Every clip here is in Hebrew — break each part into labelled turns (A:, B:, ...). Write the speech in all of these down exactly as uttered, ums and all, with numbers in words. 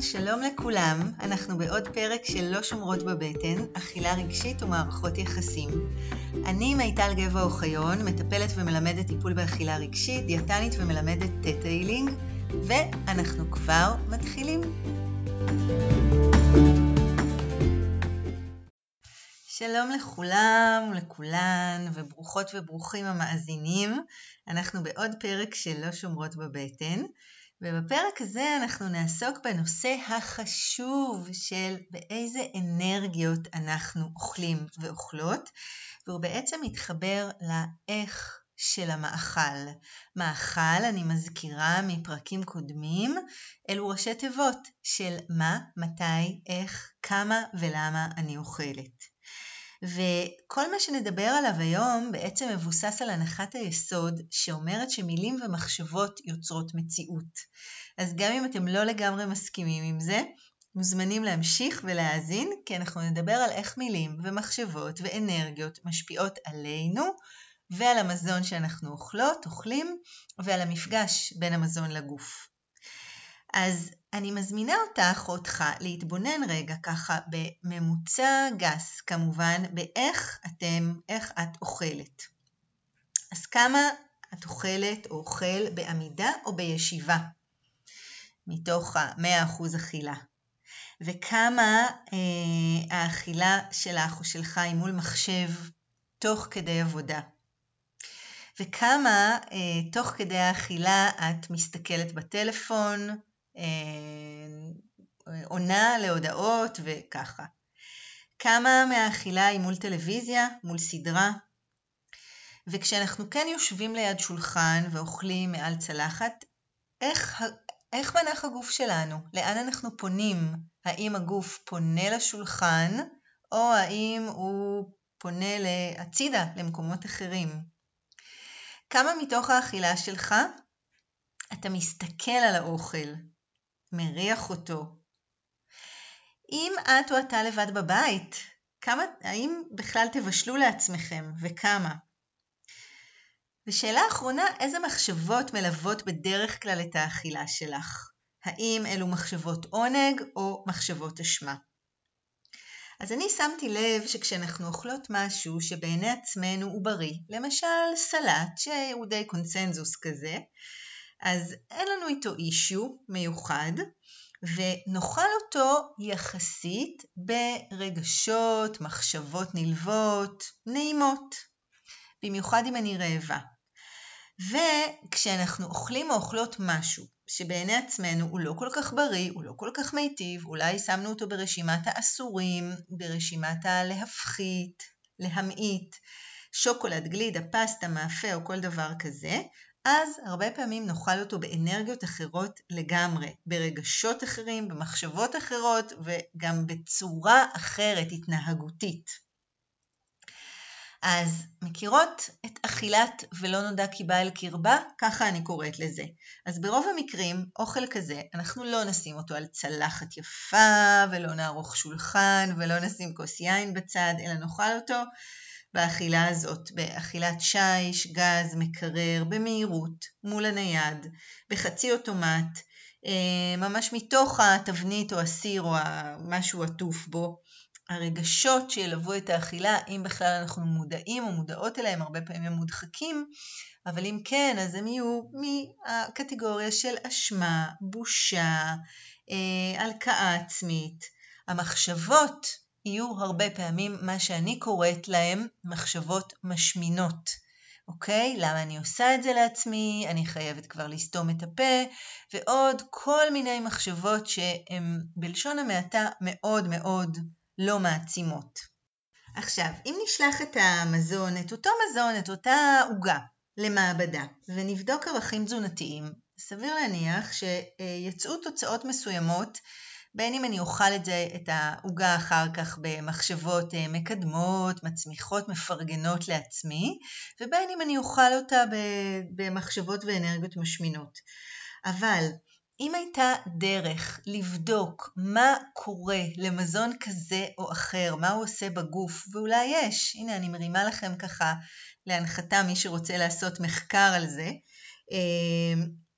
A: שלום לכולם, אנחנו בעוד פרק של לא שומרות בבטן, אכילה רגשית ומערכות יחסים. אני מיטל גבע אוחיון, מטפלת ומלמדת טיפול באכילה רגשית, דיאטנית ומלמדת טטאילינג, ואנחנו כבר מתחילים. שלום לכולם ולכולן, וברוכות וברוכים המאזינים. אנחנו בעוד פרק של לא שומרות בבטן, ובפרק הזה אנחנו נעסוק בנושא החשוב של באיזה אנרגיות אנחנו אוכלים ואוכלות, והוא בעצם מתחבר לאיך של המאכל. מאכל, אני מזכירה מפרקים קודמים, אלו ראשי תיבות של מה, מתי, איך, כמה ולמה אני אוכלת. וכל מה שנדבר עליו היום בעצם מבוסס על הנחת היסוד שאומרת שמילים ומחשבות יוצרות מציאות. אז גם אם אתם לא לגמרי מסכימים עם זה, מוזמנים להמשיך ולהאזין, כי אנחנו נדבר על איך מילים ומחשבות ואנרגיות משפיעות עלינו ועל המזון שאנחנו אוכלות, אוכלים, ועל המפגש בין המזון לגוף. אז אני מזמינה אותך או אותך להתבונן רגע ככה בממוצע גס, כמובן, באיך אתם, איך את אוכלת. אז כמה את אוכלת או אוכל בעמידה או בישיבה, מתוך ה-מאה אחוז אכילה. וכמה אה, האכילה שלך או שלך היא מול מחשב תוך כדי עבודה. וכמה אה, תוך כדי האכילה את מסתכלת בטלפון, עונה להודעות וככה. כמה מהאכילה היא מול טלוויזיה, מול סדרה. וכשאנחנו כן יושבים ליד שולחן ואוכלים מעל צלחת, איך, איך מנח הגוף שלנו? לאן אנחנו פונים? האם הגוף פונה לשולחן, או האם הוא פונה להצידה, למקומות אחרים? כמה מתוך האכילה שלך אתה מסתכל על האוכל, מריח אותו? אם את או אתה לבד בבית, כמה, האם בכלל תבשלו לעצמכם וכמה? ושאלה אחרונה, איזה מחשבות מלוות בדרך כלל את האכילה שלך? האם אלו מחשבות עונג או מחשבות אשמה? אז אני שמתי לב שכשאנחנו אוכלות משהו שבעיני עצמנו הוא בריא, למשל סלט שהוא די קונצנזוס כזה, אז אין לנו איתו אישו מיוחד, ונאכל אותו יחסית ברגשות, מחשבות נלוות, נעימות, במיוחד אם אני רעבה. וכשאנחנו אוכלים או אוכלות משהו שבעיני עצמנו הוא לא כל כך בריא, הוא לא כל כך מיטיב, אולי שמנו אותו ברשימת האסורים, ברשימת הלהפחית, להמעיט, שוקולד, גלידה, פסטה, מאפה או כל דבר כזה, אז הרבה פעמים נאכל אותו באנרגיות אחרות לגמרי, ברגשות אחרים, במחשבות אחרות וגם בצורה אחרת, התנהגותית. אז מכירות את אכילת ולא נודע כי בא אל קרבה? ככה אני קוראת לזה. אז ברוב המקרים, אוכל כזה, אנחנו לא נשים אותו על צלחת יפה, ולא נערוך שולחן, ולא נשים כוס יין בצד, אלא נאכל אותו באכילה הזאת, באכילת שיש, גז, מקרר, במהירות, מול הנייד, בחצי אוטומט, ממש מתוך התבנית או הסיר או משהו עטוף בו. הרגשות שילוו את האכילה, אם בכלל אנחנו מודעים או מודעות אליהם, הרבה פעמים הם מודחקים, אבל אם כן, אז הם יהיו מהקטגוריה של אשמה, בושה, הלקאה עצמית. המחשבות יהיו הרבה פעמים מה שאני קוראת להם מחשבות משמינות. אוקיי? למה אני עושה את זה לעצמי? אני חייבת כבר לסתום את הפה, ועוד כל מיני מחשבות שהן בלשון המעטה מאוד מאוד לא מעצימות. עכשיו, אם נשלח את המזון, את אותו מזון, את אותה עוגה למעבדה, ונבדוק ערכים תזונתיים, סביר להניח שיצאו תוצאות מסוימות, בין אם אני אוכל את זה, את העוגה אחר כך במחשבות מקדמות, מצמיחות, מפרגנות לעצמי, ובין אם אני אוכל אותה במחשבות ואנרגיות משמינות. אבל אם הייתה דרך לבדוק מה קורה למזון כזה או אחר, מה הוא עושה בגוף, ואולי יש, הנה אני מרימה לכם ככה להנחתה מי שרוצה לעשות מחקר על זה,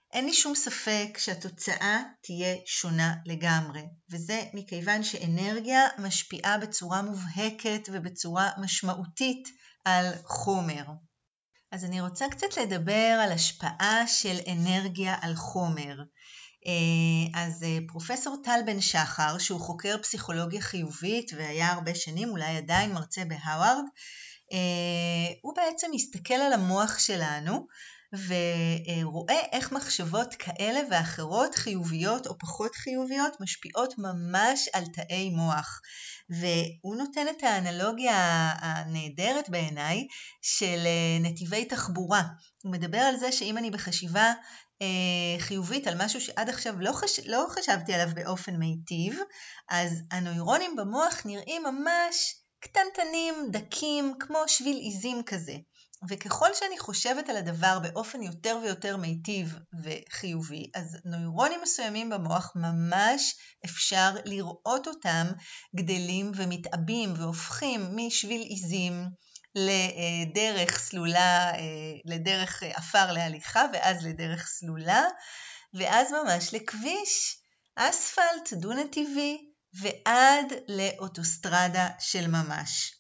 A: אין לי שום ספק שהתוצאה תהיה שונה לגמרי, וזה מכיוון שאנרגיה משפיעה בצורה מובהקת ובצורה משמעותית על חומר. אז אני רוצה קצת לדבר על השפעה של אנרגיה על חומר. אז פרופסור טל בן שחר, שהוא חוקר פסיכולוגיה חיובית והיה הרבה שנים, אולי עדיין מרצה בהרווארד, הוא בעצם מסתכל על המוח שלנו ורואה איך מחשבות כאלה ואחרות, חיוביות או פחות חיוביות, משפיעות ממש על תאי מוח. והוא נותן את האנלוגיה הנהדרת בעיניי של נתיבי תחבורה. הוא מדבר על זה שאם אני בחשיבה חיובית על משהו שעד עכשיו לא, חש... לא חשבתי עליו באופן מיטיב, אז הנוירונים במוח נראים ממש קטנטנים, דקים, כמו שביל עיזים כזה. וככל שאני חושבת על הדבר באופן יותר ויותר מיטיב וחיובי, אז נוירונים מסוימים במוח ממש אפשר לראות אותם גדלים ומתעבים והופכים משביל עיזים לדרך סלולה, לדרך אפר להליכה ואז לדרך סלולה, ואז ממש לכביש, אספלט דו-נתיבי ועד לאוטוסטרדה של ממש.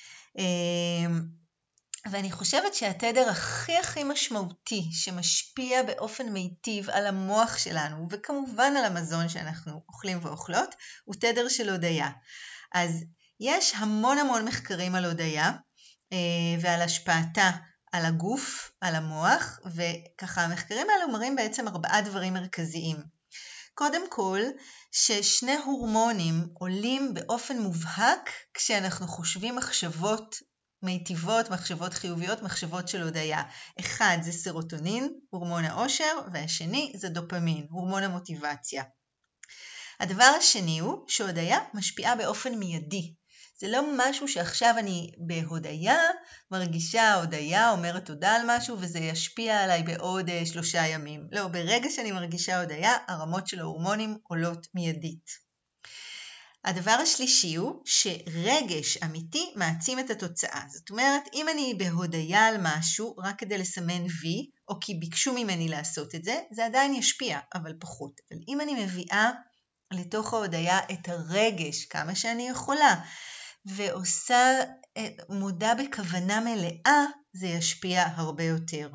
A: ואני חושבת שהתדר הכי הכי משמעותי שמשפיע באופן מיטיב על המוח שלנו, וכמובן על המזון שאנחנו אוכלים ואוכלות, הוא תדר של הודיה. אז יש המון המון מחקרים על הודיה, ועל השפעתה על הגוף, על המוח, וככה המחקרים האלו מראים בעצם ארבעה דברים מרכזיים. קודם כל, ששני הורמונים עולים באופן מובהק כשאנחנו חושבים מחשבות מיטיבות, מחשבות חיוביות, מחשבות של הודיה. אחד זה סרוטונין, הורמון האושר, והשני זה דופמין, הורמון המוטיבציה. הדבר השני הוא שהודיה משפיעה באופן מיידי. זה לא משהו שעכשיו אני בהודיה, מרגישה הודיה, אומרת תודה על משהו, וזה ישפיע עליי בעוד שלושה ימים. לא, ברגע שאני מרגישה הודיה, הרמות של ההורמונים עולות מיידית. הדבר השלישי הוא שרגש אמיתי מעצים את התוצאה. זאת אומרת, אם אני בהודיה על משהו, רק כדי לסמן וי, או כי ביקשו ממני לעשות את זה, זה עדיין ישפיע, אבל פחות. אבל אם אני מביאה לתוך ההודיה את הרגש, כמה שאני יכולה, ועושה מודע בכוונה מלאה, זה ישפיע הרבה יותר.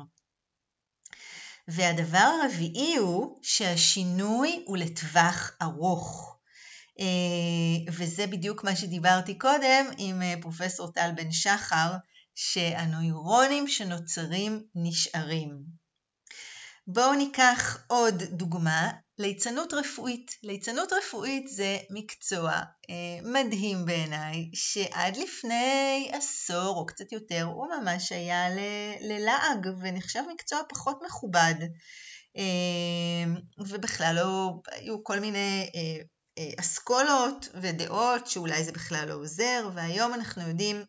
A: והדבר הרביעי הוא שהשינוי הוא לטווח ארוך. וזה בדיוק מה שדיברתי קודם עם פרופסור טל בן שחר, שהנוירונים שנוצרים נשארים. בואו ניקח עוד דוגמה, ליצנות רפואית. ליצנות רפואית זה מקצוע אה, מדהים בעיניי, שעד לפני עשור או קצת יותר הוא ממש היה ל- ללעג ונחשב מקצוע פחות מכובד. אה, ובכלל לא, היו כל מיני אה, אה, אסכולות ודעות שאולי זה בכלל לא עוזר, והיום אנחנו יודעים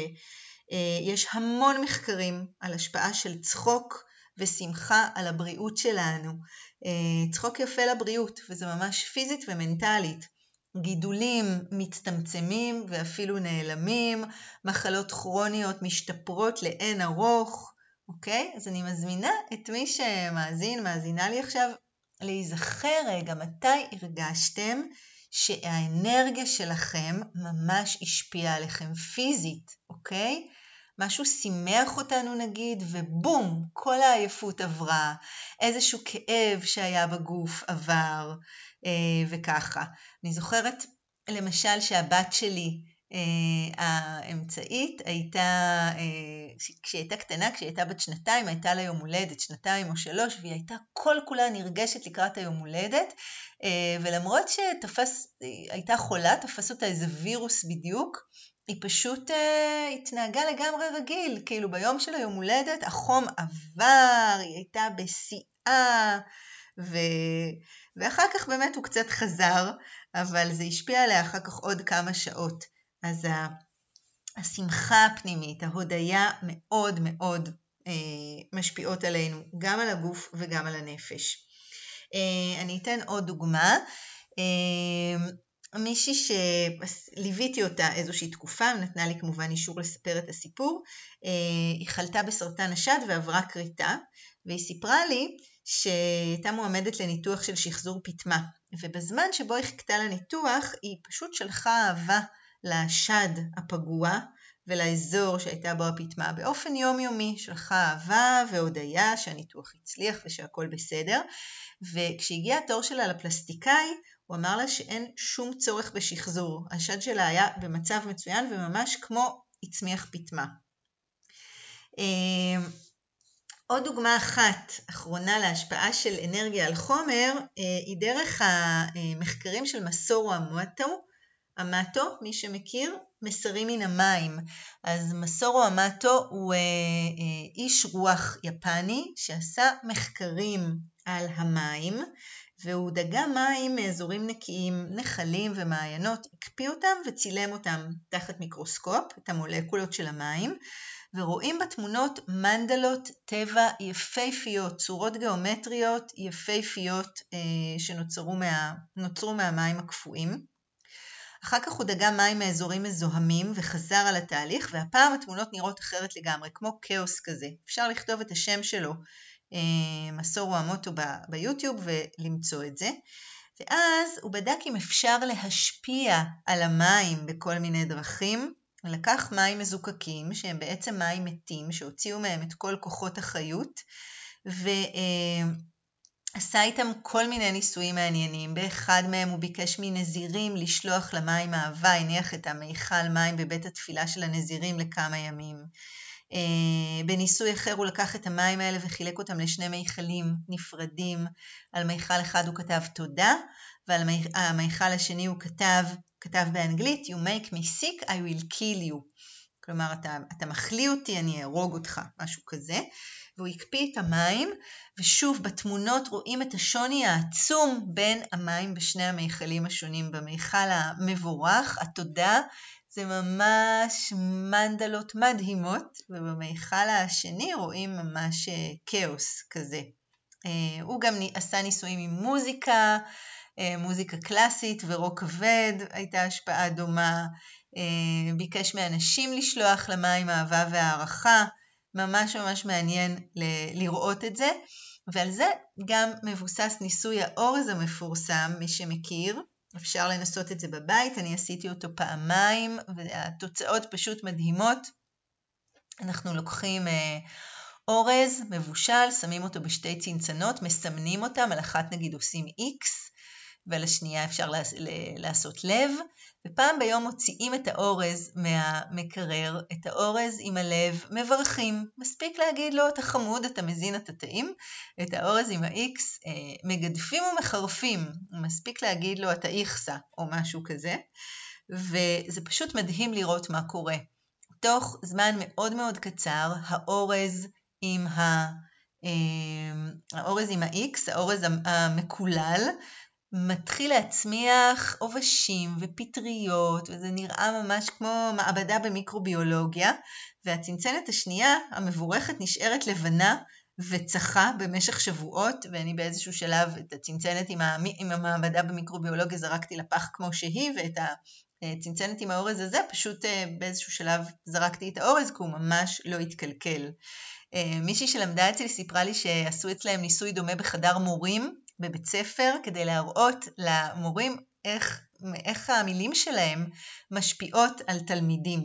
A: שיש אה, המון מחקרים על השפעה של צחוק ושמחה על הבריאות שלנו. צחוק יפה לבריאות, וזה ממש פיזית ומנטלית. גידולים מצטמצמים ואפילו נעלמים, מחלות כרוניות משתפרות לאין ארוך, אוקיי? אז אני מזמינה את מי שמאזין, מאזינה לי עכשיו, להיזכר רגע מתי הרגשתם שהאנרגיה שלכם ממש השפיעה עליכם פיזית, אוקיי? משהו שימח אותנו נגיד, ובום, כל העייפות עברה, איזשהו כאב שהיה בגוף עבר, וככה. אני זוכרת למשל שהבת שלי, האמצעית, הייתה, כשהיא הייתה קטנה, כשהיא הייתה בת שנתיים, הייתה לה יום הולדת, שנתיים או שלוש, והיא הייתה כל כולה נרגשת לקראת היום הולדת, ולמרות שהייתה חולה, תפס אותה איזה וירוס בדיוק, היא פשוט uh, התנהגה לגמרי רגיל, כאילו ביום של היום הולדת החום עבר, היא הייתה בשיאה, ו... ואחר כך באמת הוא קצת חזר, אבל זה השפיע עליה אחר כך עוד כמה שעות. אז השמחה הפנימית, ההודיה מאוד מאוד אה, משפיעות עלינו, גם על הגוף וגם על הנפש. אה, אני אתן עוד דוגמה, אה, מישהי שליוויתי אותה איזושהי תקופה, נתנה לי כמובן אישור לספר את הסיפור, היא חלתה בסרטן השד ועברה קריטה, והיא סיפרה לי שהייתה מועמדת לניתוח של שחזור פטמה, ובזמן שבו היא חיכתה לניתוח היא פשוט שלחה אהבה לשד הפגוע ולאזור שהייתה בו הפטמה באופן יומיומי, שלחה אהבה והודיה שהניתוח הצליח ושהכל בסדר. וכשהגיע התור שלה לפלסטיקאי הוא אמר לה שאין שום צורך בשחזור, השד שלה היה במצב מצוין וממש כמו הצמיח פטמה. עוד דוגמה אחת אחרונה להשפעה של אנרגיה על חומר היא דרך המחקרים של מסורו אמוטו. אמוטו, מי שמכיר, מסרים מן המים. אז מסורו אמוטו הוא איש רוח יפני שעשה מחקרים על המים, והוא דגה מים מאזורים נקיים, נחלים ומעיינות, הקפיא אותם וצילם אותם תחת מיקרוסקופ, את המולקולות של המים, ורואים בתמונות מנדלות טבע יפהפיות, צורות גיאומטריות יפהפיות אה, שנוצרו מה, נוצרו מהמים הקפואים. אחר כך הוא דגה מים מאזורים מזוהמים וחזר על התהליך, והפעם התמונות נראות אחרת לגמרי, כמו כאוס כזה. אפשר לכתוב את השם שלו, אה, מסורו אמוטו ב- ביוטיוב ולמצוא את זה. ואז הוא בדק אם אפשר להשפיע על המים בכל מיני דרכים. הוא לקח מים מזוקקים, שהם בעצם מים מתים, שהוציאו מהם את כל כוחות החיות, ועשה איתם כל מיני ניסויים מעניינים. באחד מהם הוא ביקש מנזירים לשלוח למים אהבה, הניח את המיכל מים בבית התפילה של הנזירים לכמה ימים. בניסוי אחר הוא לקח את המים האלה וחילק אותם לשני מיכלים נפרדים. על מיכל אחד הוא כתב תודה, ועל המיכל השני הוא כתב, כתב באנגלית, you make me sick, I will kill you. כלומר, אתה, אתה מחליא אותי, אני ארוג אותך, משהו כזה. והוא הקפיא את המים, ושוב בתמונות רואים את השוני העצום בין המים בשני המיכלים השונים. במיכל המבורך, התודה, זה ממש מנדלות מדהימות, ובמיכל השני רואים ממש כאוס כזה. הוא גם עשה ניסויים עם מוזיקה, מוזיקה קלאסית ורוק כבד, הייתה השפעה דומה. ביקש מאנשים לשלוח למים אהבה והערכה, ממש ממש מעניין לראות את זה. ועל זה גם מבוסס ניסוי האורז המפורסם, מי שמכיר. אפשר לנסות את זה בבית, אני עשיתי אותו פעמיים, והתוצאות פשוט מדהימות. אנחנו לוקחים אורז מבושל, שמים אותו בשתי צנצנות, מסמנים אותם, על אחת נגיד עושים X, ועל השנייה אפשר לעשות לב, ופעם ביום מוציאים את האורז מהמקרר, את האורז עם הלב, מברכים, מספיק להגיד לו, אתה חמוד, אתה מזין, אתה טעים, את האורז עם ה-X מגדפים ומחרפים, מספיק להגיד לו, אתה איכסה, או משהו כזה, וזה פשוט מדהים לראות מה קורה. תוך זמן מאוד מאוד קצר, האורז עם ה... האורז עם ה-X, האורז המקולל, מתחיל להצמיח עובשים ופטריות, וזה נראה ממש כמו מעבדה במיקרוביולוגיה, והצנצנת השנייה המבורכת נשארת לבנה וצחה במשך שבועות, ואני באיזשהו שלב את הצנצנת עם, המ... עם המעבדה במיקרוביולוגיה זרקתי לפח כמו שהיא, ואת הצנצנת עם האורז הזה פשוט באיזשהו שלב זרקתי את האורז, כי הוא ממש לא התקלקל. מישהי שלמדה אצלי סיפרה לי שעשו אצלהם ניסוי דומה בחדר מורים, בבית ספר, כדי להראות למורים איך, איך המילים שלהם משפיעות על תלמידים.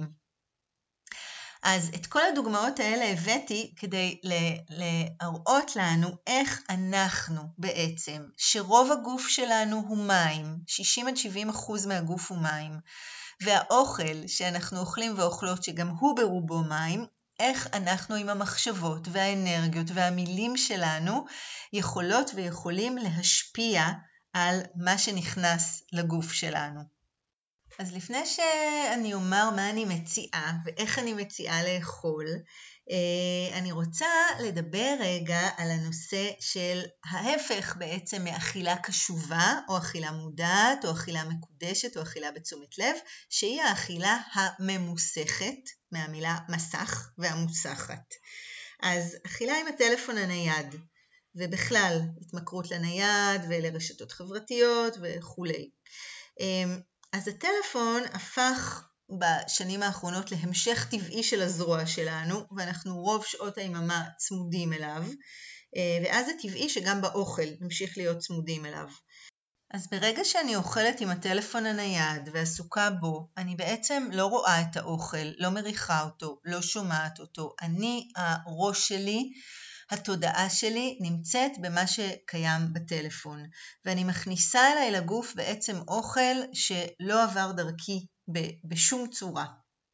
A: אז את כל הדוגמאות האלה הבאתי כדי להראות לנו איך אנחנו בעצם, שרוב הגוף שלנו הוא מים, שישים עד שבעים אחוז מהגוף הוא מים, והאוכל שאנחנו אוכלים ואוכלות שגם הוא ברובו מים, איך אנחנו עם המחשבות והאנרגיות והמילים שלנו יכולות ויכולים להשפיע על מה שנכנס לגוף שלנו. אז לפני שאני אומר מה אני מציעה ואיך אני מציעה לאכול, אני רוצה לדבר רגע על הנושא של ההפך בעצם מאכילה קשובה או אכילה מודעת או אכילה מקודשת או אכילה בתשומת לב, שהיא האכילה הממוסכת, מהמילה מסך והמוסכת. אז אכילה עם הטלפון הנייד, ובכלל התמכרות לנייד ולרשתות חברתיות וכו'. אז הטלפון הפך בשנים האחרונות להמשך טבעי של הזרוע שלנו, ואנחנו רוב שעות היממה צמודים אליו, ואז זה טבעי שגם באוכל נמשיך להיות צמודים אליו. אז ברגע שאני אוכלת עם הטלפון הנייד ועסוקה בו, אני בעצם לא רואה את האוכל, לא מריחה אותו, לא שומעת אותו. אני, הראש שלי, התודעה שלי נמצאת במה שקיים בטלפון, ואני מכניסה אליי לגוף בעצם אוכל שלא עבר דרכי בשום צורה.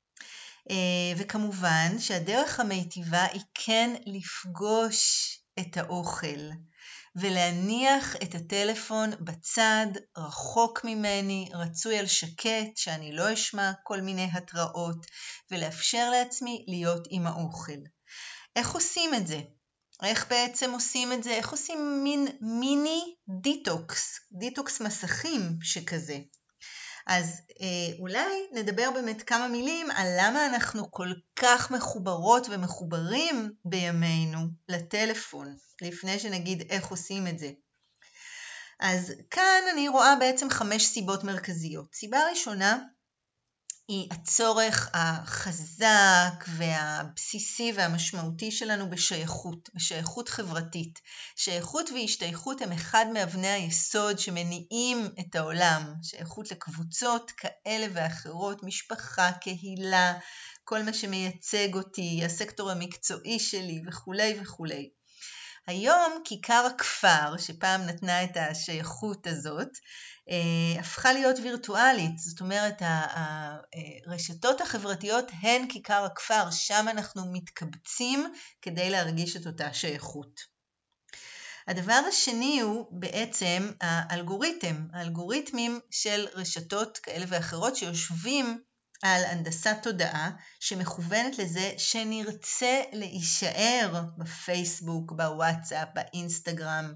A: וכמובן שהדרך המיטיבה היא כן לפגוש את האוכל, ולהניח את הטלפון בצד, רחוק ממני, רצוי על שקט, שאני לא אשמע כל מיני התראות, ולאפשר לעצמי להיות עם האוכל. איך עושים את זה? איך בעצם עושים את זה? איך עושים מין מיני דיטוקס, דיטוקס מסכים שכזה? אז אה, אולי נדבר באמת כמה מילים על למה אנחנו כל כך מחוברות ומחוברים בימינו לטלפון, לפני שנגיד איך עושים את זה. אז כאן אני רואה בעצם חמש סיבות מרכזיות. סיבה ראשונה היא הצורך החזק והבסיסי והמשמעותי שלנו בשייכות, בשייכות חברתית. שייכות והשתייכות הם אחד מאבני היסוד שמניעים את העולם. שייכות לקבוצות כאלה ואחרות, משפחה, קהילה, כל מה שמייצג אותי, הסקטור המקצועי שלי וכו' וכו'. היום כיכר הכפר, שפעם נתנה את השייכות הזאת, הפכה להיות וירטואלית. זאת אומרת, הרשתות החברתיות הן כיכר הכפר, שם אנחנו מתקבצים כדי להרגיש את אותה שייכות. הדבר השני הוא בעצם האלגוריתם, האלגוריתמים של רשתות כאלה ואחרות שיושבים על הנדסת תודעה שמכוונת לזה שנרצה להישאר בפייסבוק, בוואטסאפ, באינסטגרם.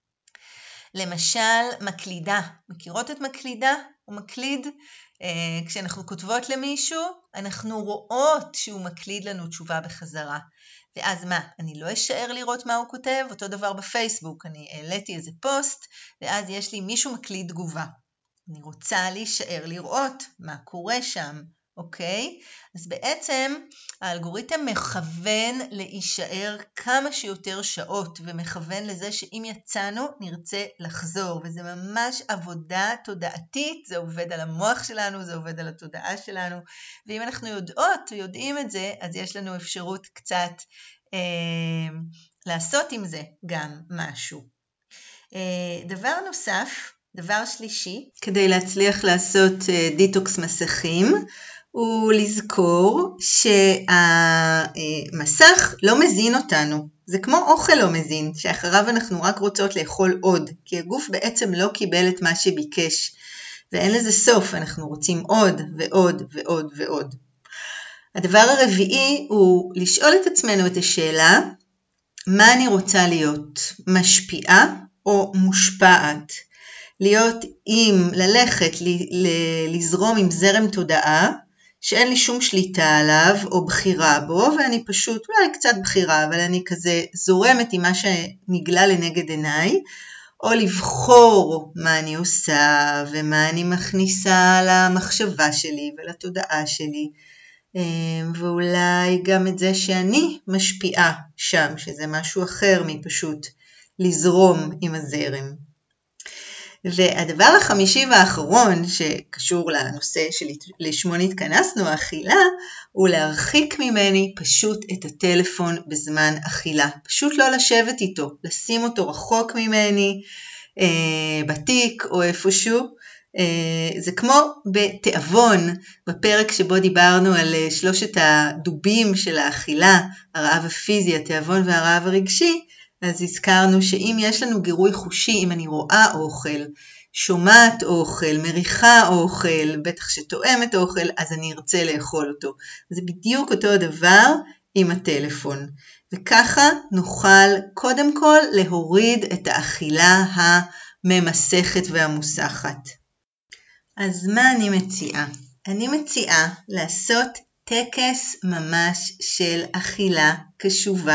A: למשל, מקלידה. מכירות את מקלידה? הוא מקליד. אה, כשאנחנו כותבות למישהו, אנחנו רואות שהוא מקליד לנו תשובה בחזרה. ואז מה? אני לא אשאר לראות מה הוא כותב, אותו דבר בפייסבוק. אני העליתי איזה פוסט, ואז יש לי מישהו מקליד תגובה. אני רוצה להישאר לראות מה קורה שם, אוקיי? אז בעצם האלגוריתם מכוון להישאר כמה שיותר שעות, ומכוון לזה שאם יצאנו נרצה לחזור, וזה ממש עבודה תודעתית, זה עובד על המוח שלנו, זה עובד על התודעה שלנו, ואם אנחנו יודעות ויודעים את זה, אז יש לנו אפשרות קצת אה, לעשות עם זה גם משהו. אה, דבר נוסף, דבר שלישי, כדי להצליח לעשות דיטוקס מסכים, הוא לזכור שהמסך לא מזין אותנו. זה כמו אוכל לא מזין, שאחריו אנחנו רק רוצות לאכול עוד, כי הגוף בעצם לא קיבל את מה שביקש, ואין לזה סוף, אנחנו רוצים עוד ועוד ועוד ועוד. הדבר הרביעי הוא לשאול את עצמנו את השאלה, מה אני רוצה להיות, משפיעה או מושפעת? להיות עם, ללכת, לזרום עם זרם תודעה, שאין לי שום שליטה עליו או בחירה בו, ואני פשוט, אולי קצת בחירה, אבל אני כזה זורמת עם מה שנגלה לנגד עיניי, או לבחור מה אני עושה, ומה אני מכניסה למחשבה שלי ולתודעה שלי, ואולי גם את זה שאני משפיעה שם, שזה משהו אחר מפשוט לזרום עם הזרם. והדבר החמישי והאחרון שקשור לנושא שלשמו נתכנסנו, האכילה, הוא להרחיק ממני פשוט את הטלפון בזמן אכילה. פשוט לא לשבת איתו, לשים אותו רחוק ממני, אה, בתיק או איפשהו. אה, זה כמו בתיאבון, בפרק שבו דיברנו על שלושת הדובים של האכילה, הרעב הפיזי, התיאבון והרעב הרגשי, אז הזכרנו שאם יש לנו גירוי חושי, אם אני רואה אוכל, שומעת אוכל, מריחה אוכל, בטח שתואמת אוכל, אז אני ארצה לאכול אותו. זה בדיוק אותו הדבר עם הטלפון. וככה נוכל קודם כל להוריד את האכילה הממסכת והמוסחת. אז מה אני מציעה? אני מציעה לעשות טקס ממש של אכילה קשובה.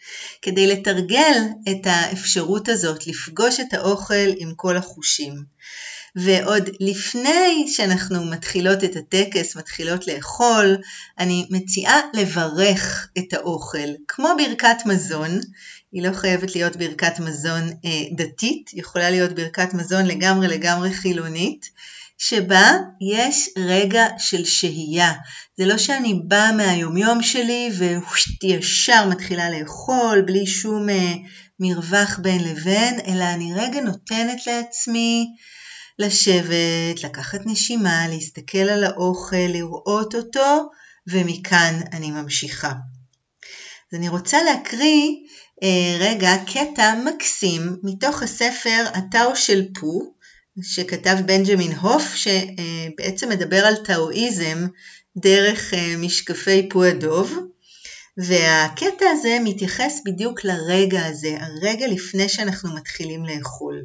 A: כדי לתרגל את האפשרות הזאת, לפגוש את האוכל עם כל החושים. ועוד לפני שאנחנו מתחילות את הטקס, מתחילות לאכול, אני מציעה לברך את האוכל, כמו ברכת מזון. היא לא חייבת להיות ברכת מזון אה, דתית, יכולה להיות ברכת מזון לגמרי לגמרי חילונית, שבה יש רגע של שהייה. זה לא שאני באה מהיומיום שלי וישר מתחילה לאכול בלי שום אה, מרווח בין לבין, אלא אני רגע נותנת לעצמי לשבת, לקחת נשימה, להסתכל על האוכל, לראות אותו, ומכאן אני ממשיכה. אז אני רוצה להקריא אה, רגע קטע מקסים מתוך הספר הטאו של פו, שכתב בנג'מין הוף, שבעצם מדבר על טאואיזם דרך אה, משקפי פו הדוב, והקטע הזה מתייחס בדיוק לרגע הזה, הרגע לפני שאנחנו מתחילים לאכול.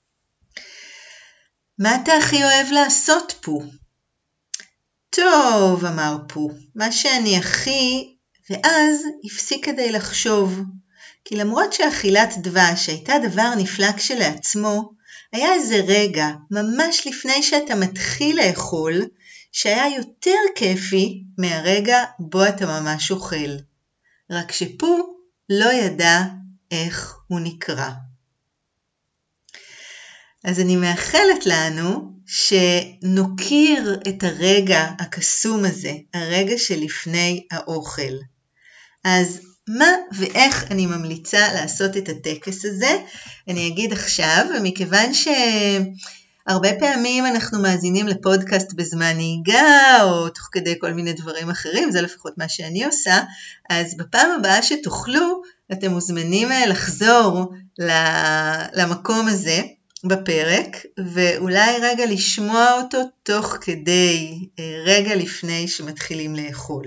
A: מה אתה הכי אוהב לעשות פה? טוב, אמר פה, מה שאני הכי, ואז הפסיק כדי לחשוב. כי למרות שאכילת דבש הייתה דבר נפלא כשלעצמו, היה איזה רגע, ממש לפני שאתה מתחיל לאכול, שהיה יותר כיפי מהרגע בו אתה ממש אוכל. רק שפה לא ידע איך הוא נקרא. אז אני מאחלת לנו שנוקיר את הרגע הקסום הזה, הרגע שלפני האוכל. אז מה ואיך אני ממליצה לעשות את הטקס הזה? אני אגיד עכשיו, ומכיוון שהרבה פעמים אנחנו מאזינים לפודקאסט בזמן נהיגה, או תוך כדי כל מיני דברים אחרים, זה לפחות מה שאני עושה, אז בפעם הבאה שתוכלו, אתם מוזמנים לחזור למקום הזה, בפרק, ואולי רגע לשמוע אותו תוך כדי, רגע לפני שמתחילים לאכול.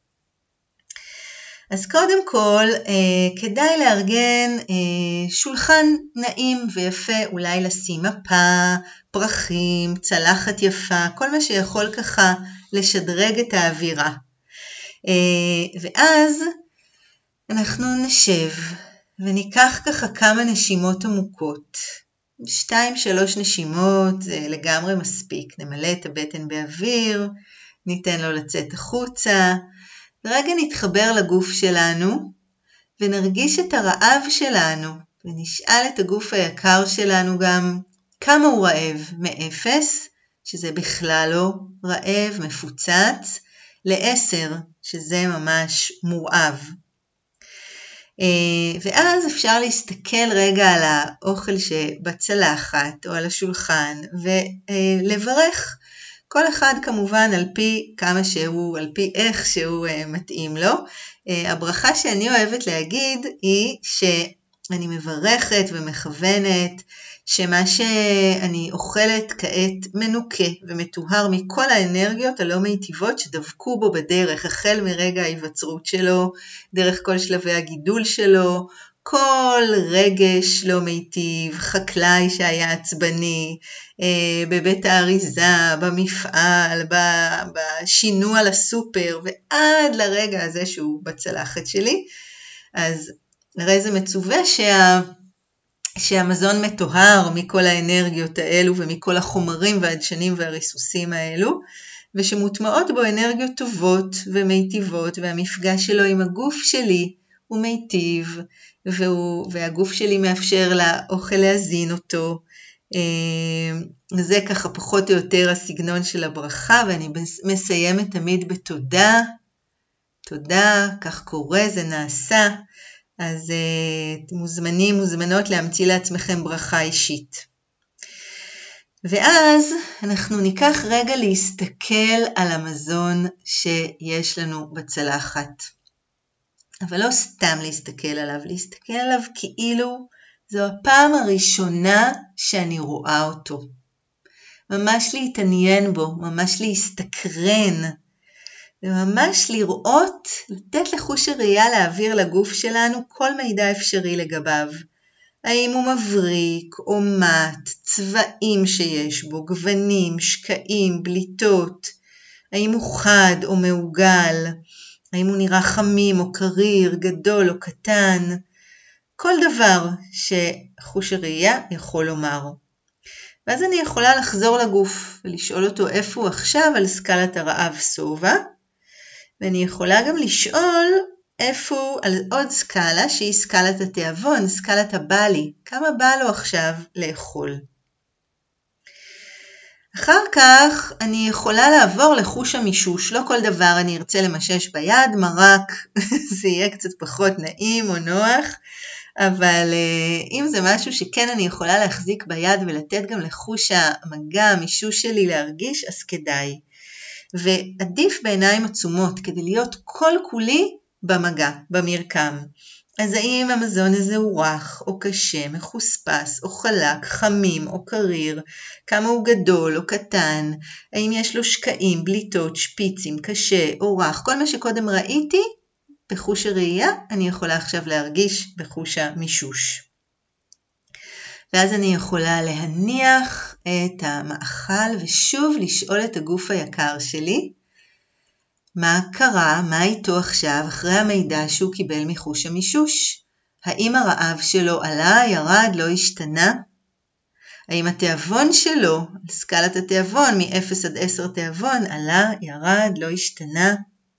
A: אז קודם כל, כדאי לארגן שולחן נעים ויפה, אולי לשים מפה, פרחים, צלחת יפה, כל מה שיכול ככה לשדרג את האווירה. ואז אנחנו נשב וניקח ככה כמה נשימות עמוקות. שתיים, שלוש נשימות, זה לגמרי מספיק. נמלא את הבטן באוויר, ניתן לו לצאת החוצה, ורגע נתחבר לגוף שלנו, ונרגיש את הרעב שלנו, ונשאל את הגוף היקר שלנו גם כמה הוא רעב, מאפס, שזה בכלל לא רעב, מפוצץ, לעשר, שזה ממש מורעב. ואז אפשר להסתכל רגע על האוכל שבצלחת או על השולחן ולברך כל אחד כמובן על פי כמה שהוא, על פי איך שהוא מתאים לו. הברכה שאני אוהבת להגיד היא שאני מברכת ומכוונת שמה שאני אוכלת כעת מנוקה ומטוהר מכל האנרגיות הלא מיטיבות שדבקו בו בדרך, החל מרגע ההיווצרות שלו, דרך כל שלבי הגידול שלו, כל רגש לא מיטיב, חקלאי שהיה עצבני, בבית האריזה, במפעל, בשינוע לסופר, ועד לרגע הזה שהוא בצלחת שלי. אז הרי זה מצווה שה... שהמזון מטוהר מכל האנרגיות האלו ומכל החומרים והדשנים והריסוסים האלו, ושמוטמעות בו אנרגיות טובות ומיטיבות, והמפגש שלו עם הגוף שלי הוא מיטיב, והוא, והגוף שלי מאפשר לאוכל להזין אותו. זה ככה פחות או יותר הסגנון של הברכה, ואני מסיימת תמיד בתודה. תודה, כך קורה, זה נעשה. אז uh, מוזמנים, מוזמנות להמציא לעצמכם ברכה אישית. ואז אנחנו ניקח רגע להסתכל על המזון שיש לנו בצלחת. אבל לא סתם להסתכל עליו, להסתכל עליו כאילו זו הפעם הראשונה שאני רואה אותו. ממש להתעניין בו, ממש להסתקרן, וממש לראות, לתת לחוש הראייה להעביר לגוף שלנו כל מידע אפשרי לגביו. האם הוא מבריק או מת, צבעים שיש בו, גוונים, שקעים, בליטות, האם הוא חד או מעוגל, האם הוא נראה חמים או קריר, גדול או קטן, כל דבר שחוש הראייה יכול לומר. ואז אני יכולה לחזור לגוף ולשאול אותו איפה הוא עכשיו על סקלת הרעב סובה, ואני יכולה גם לשאול איפה הוא על עוד סקלה שהיא סקלת התיאבון, סקלת הבלי, כמה בא לו עכשיו לאכול. אחר כך אני יכולה לעבור לחוש המישוש, לא כל דבר אני ארצה למשש ביד, מרק זה יהיה קצת פחות נעים או נוח, אבל אם זה משהו שכן אני יכולה להחזיק ביד ולתת גם לחוש המגע, המישוש שלי להרגיש, אז כדאי. ועדיף בעיניים עצומות כדי להיות כל כולי במגע, במרקם. אז האם המזון הזה הוא רך או קשה, מחוספס או חלק, חמים או קריר, כמה הוא גדול או קטן, האם יש לו שקעים, בליטות, שפיצים, קשה או רך, כל מה שקודם ראיתי בחוש הראייה אני יכולה עכשיו להרגיש בחוש המישוש. ואז אני יכולה להניח את המאכל ושוב לשאול את הגוף היקר שלי, מה קרה, מה איתו עכשיו אחרי המידע שהוא קיבל מחוש המישוש? האם הרעב שלו עלה, ירד, לא השתנה? האם התיאבון שלו, סקלת התיאבון מ-אפס עד עשר תיאבון, עלה, ירד, לא השתנה?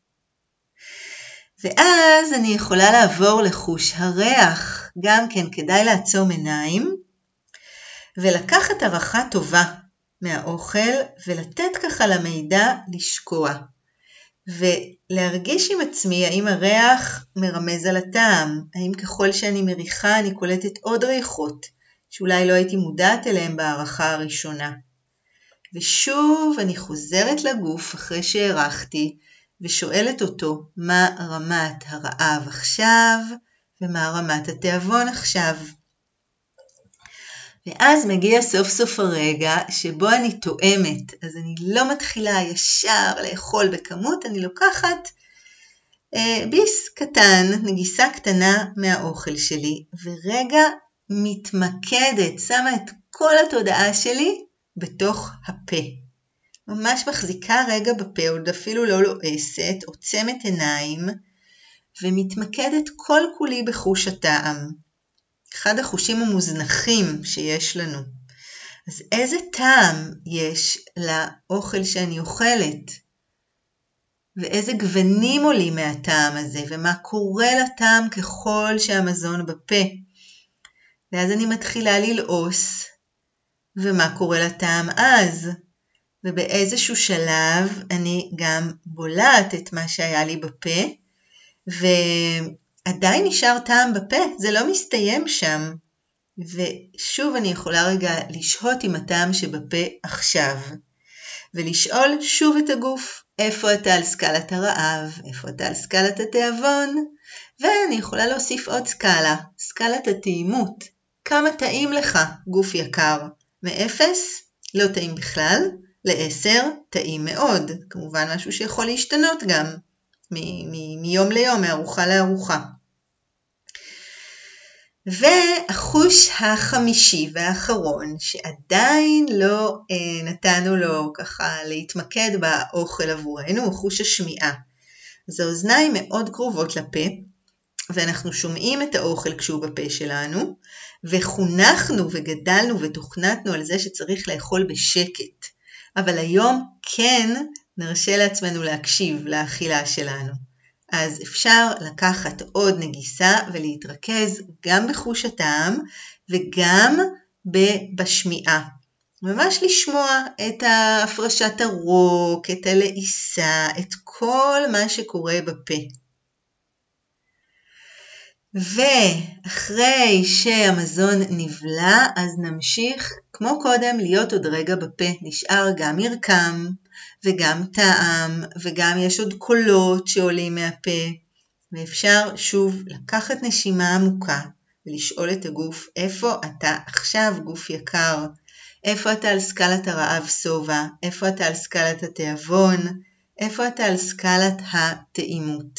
A: ואז אני יכולה לעבור לחוש הריח, גם כן כדאי לעצום עיניים, ולקחת ערכה טובה מהאוכל, ולתת ככה למידע לשקוע. ולהרגיש עם עצמי האם הריח מרמז על הטעם, האם ככל שאני מריחה אני קולטת עוד ריחות שאולי לא הייתי מודעת אליהם בהערכה הראשונה. ושוב אני חוזרת לגוף אחרי שהערכתי ושואלת אותו מה רמת הרעב עכשיו ומה רמת התיאבון עכשיו. ואז מגיע סוף סוף הרגע שבו אני תואמת, אז אני לא מתחילה ישר לאכול בכמות, אני לוקחת אה, ביס קטן, נגיסה קטנה מהאוכל שלי, ורגע מתמקדת, שמה את כל התודעה שלי בתוך הפה. ממש מחזיקה רגע בפה, עוד אפילו לא לועסת, עוצמת עיניים, ומתמקדת כל כולי בחוש הטעם. אחד החושים המוזנחים שיש לנו. אז איזה טעם יש לאוכל שאני אוכלת? ואיזה גוונים עולים מהטעם הזה? ומה קורה לטעם ככל שהמזון בפה? ואז אני מתחילה ללעוס. ומה קורה לטעם אז? ובאיזשהו שלב אני גם בולעת את מה שהיה לי בפה. ו... עדיין נשאר טעם בפה, זה לא מסתיים שם. ושוב אני יכולה רגע לשהות עם הטעם שבפה עכשיו. ולשאול שוב את הגוף, איפה אתה על סקלת הרעב, איפה אתה על סקלת התיאבון. ואני יכולה להוסיף עוד סקלה, סקלת הטעימות. כמה טעים לך, גוף יקר? מאפס, לא טעים בכלל, לעשר, טעים מאוד. כמובן משהו שיכול להשתנות גם. מ- מ- מיום ליום, מארוחה לארוחה. והחוש החמישי והאחרון, שעדיין לא אה, נתנו לו ככה להתמקד באוכל עבורנו, הוא חוש השמיעה. אז האוזניים מאוד קרובות לפה, ואנחנו שומעים את האוכל כשהוא בפה שלנו, וחונכנו וגדלנו ותוכנתנו על זה שצריך לאכול בשקט. אבל היום כן נרשה לעצמנו להקשיב לאכילה שלנו. אז אפשר לקחת עוד נגיסה ולהתרכז גם בחוש הטעם וגם בשמיעה. ממש לשמוע את הפרשת הרוק, את הלעיסה, את כל מה שקורה בפה. ואחרי שהמזון נבלע, אז נמשיך כמו קודם להיות עוד רגע בפה. נשאר גם מרקם וגם טעם, וגם יש עוד קולות שעולים מהפה. ואפשר שוב לקחת נשימה עמוקה ולשאול את הגוף, איפה אתה עכשיו גוף יקר? איפה אתה על סקלת הרעב סובה? איפה אתה על סקלת התיאבון? איפה אתה על סקלת הטעימות?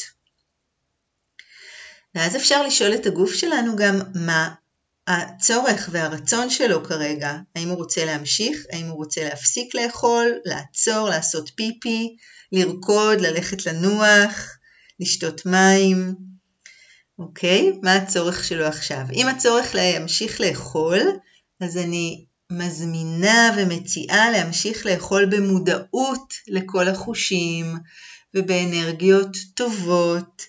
A: ואז אפשר לשאול את הגוף שלנו גם מה הצורך והרצון שלו כרגע. האם הוא רוצה להמשיך? האם הוא רוצה להפסיק לאכול? לעצור? לעשות פיפי? לרקוד? ללכת לנוח? לשתות מים. אוקיי, מה הצורך שלו עכשיו? אם הצורך להמשיך לאכול, אז אני מזמינה ומציעה להמשיך לאכול במודעות לכל החושים, ובאנרגיות טובות,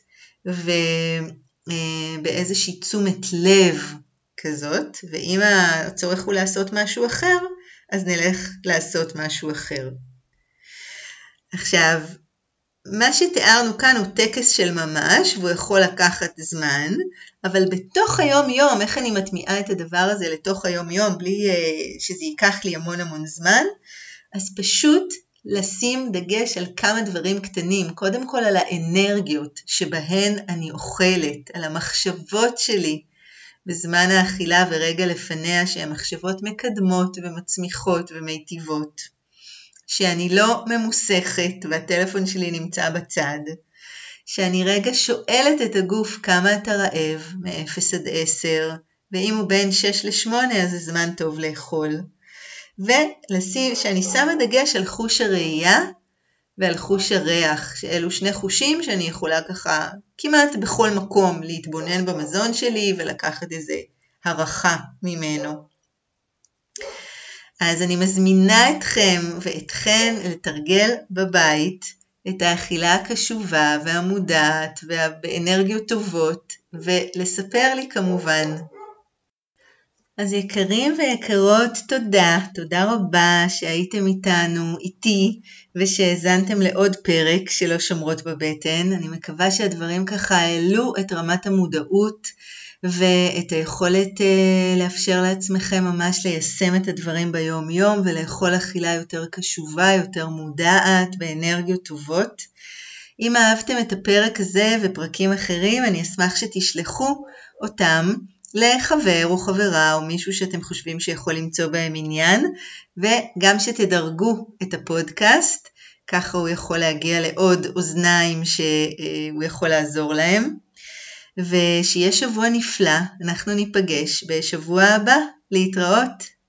A: ובאיזושהי תשומת לב כזאת, ואם הצורך הוא לעשות משהו אחר, אז נלך לעשות משהו אחר. עכשיו, מה שתיארנו כאן הוא טקס של ממש, והוא יכול לקחת זמן, אבל בתוך היום יום, איך אני מטמיעה את הדבר הזה לתוך היום יום, בלי uh, שזה ייקח לי המון המון זמן, אז פשוט לשים דגש על כמה דברים קטנים, קודם כל על האנרגיות שבהן אני אוכלת, על המחשבות שלי בזמן האכילה ורגע לפניה, שהן מחשבות מקדמות ומצמיחות ומיטיבות. שאני לא ממוסכת והטלפון שלי נמצא בצד, שאני רגע שואלת את הגוף כמה אתה רעב, מ-אפס עד עשר, ואם הוא בין שש לשמונה אז זה זמן טוב לאכול. ולשים, שאני שמה דגש על חוש הראייה ועל חוש הריח, שאלו שני חושים שאני יכולה ככה כמעט בכל מקום להתבונן במזון שלי ולקחת איזה הערכה ממנו. אז אני מזמינה אתכם ואתכן לתרגל בבית את האכילה הקשובה והמודעת ובאנרגיות טובות, ולספר לי כמובן. אז יקרים ויקרות, תודה, תודה רבה שהייתם איתנו, איתי, ושהזנתם לעוד פרק שלא שומרות בבטן. אני מקווה שהדברים ככה העלו את רמת המודעות, ואת היכולת לאפשר לעצמכם ממש ליישם את הדברים ביום יום, ולאכול אכילה יותר קשובה, יותר מודעת, באנרגיות טובות. אם אהבתם את הפרק הזה ופרקים אחרים, אני אשמח שתשלחו אותם לחבר או חברה או מישהו שאתם חושבים שיכול למצוא בהם עניין, וגם שתדרגו את הפודקאסט, ככה הוא יכול להגיע לעוד אוזניים שהוא יכול לעזור להם. ושיהיה שבוע נפלא, אנחנו ניפגש בשבוע הבא, להתראות.